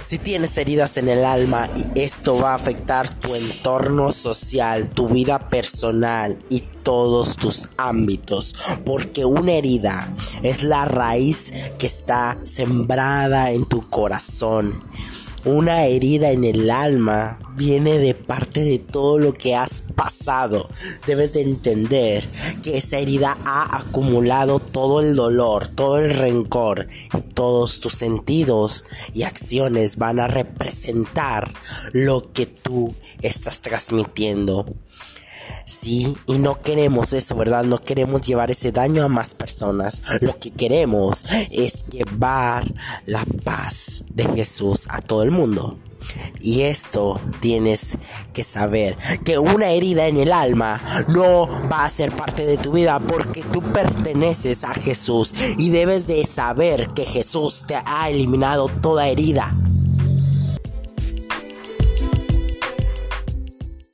Si tienes heridas en el alma, esto va a afectar tu entorno social, tu vida personal y todos tus ámbitos, porque una herida es la raíz que está sembrada en tu corazón. Una herida en el alma viene de parte de todo lo que has pasado. Debes de entender que esa herida ha acumulado todo el dolor, todo el rencor, y todos tus sentidos y acciones van a representar lo que tú estás transmitiendo. Sí, y no queremos eso, ¿verdad? No queremos llevar ese daño a más personas. Lo que queremos es llevar la paz de Jesús a todo el mundo. Y esto tienes que saber, que una herida en el alma no va a ser parte de tu vida, porque tú perteneces a Jesús y debes de saber que Jesús te ha eliminado toda herida.